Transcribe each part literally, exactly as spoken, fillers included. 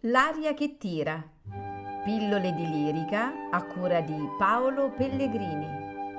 L'aria che tira. Pillole di lirica a cura di Paolo Pellegrini.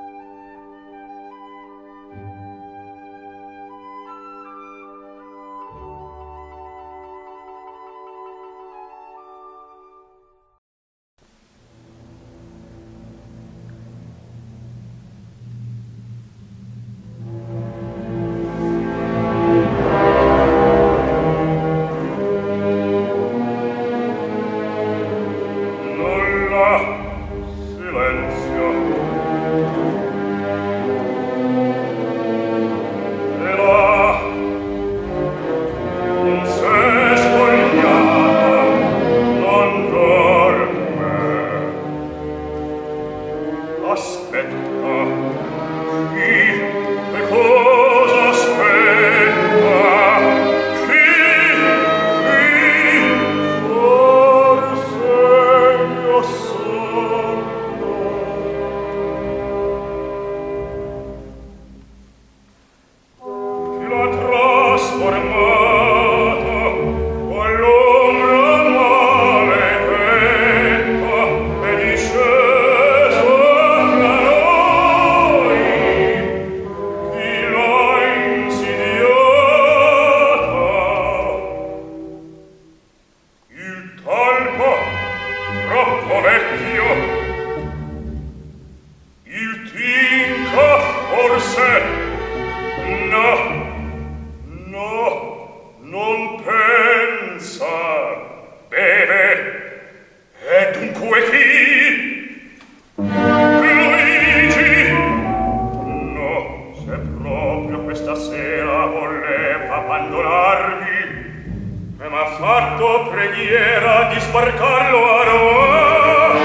Fatto preghiera di sbarcarlo a Roma,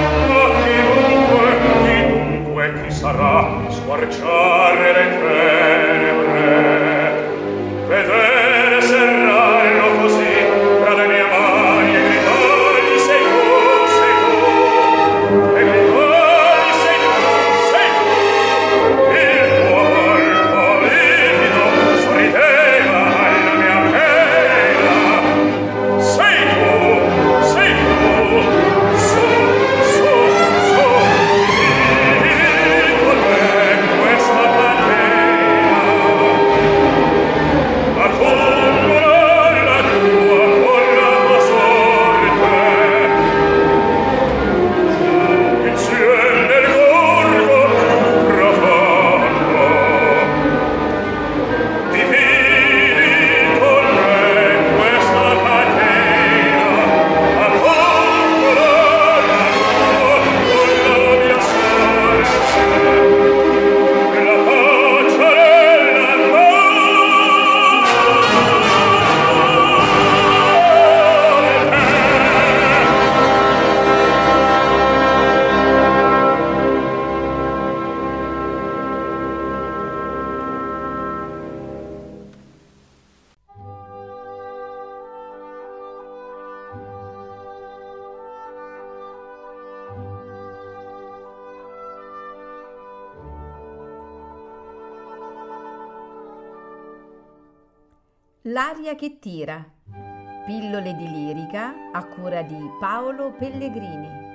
ma chiunque, chiunque chi sarà squarciare le tenebre, vedere serrarlo così tra le mie mani e gridargli sei tu, sei tu, e gridargli sei tu, sei tu, il tuo volto livido sorrideva alla mia pena. Sei tu, sei tu, su, su, su, vivi con me questa catena, accumula la tua con la tua sorte, insieme nel gorgo più profondo, dividi con me questa catena, accumula la tua con la mia sorte, e la pace dell'amore. L'aria che tira. Pillole di lirica a cura di Paolo Pellegrini.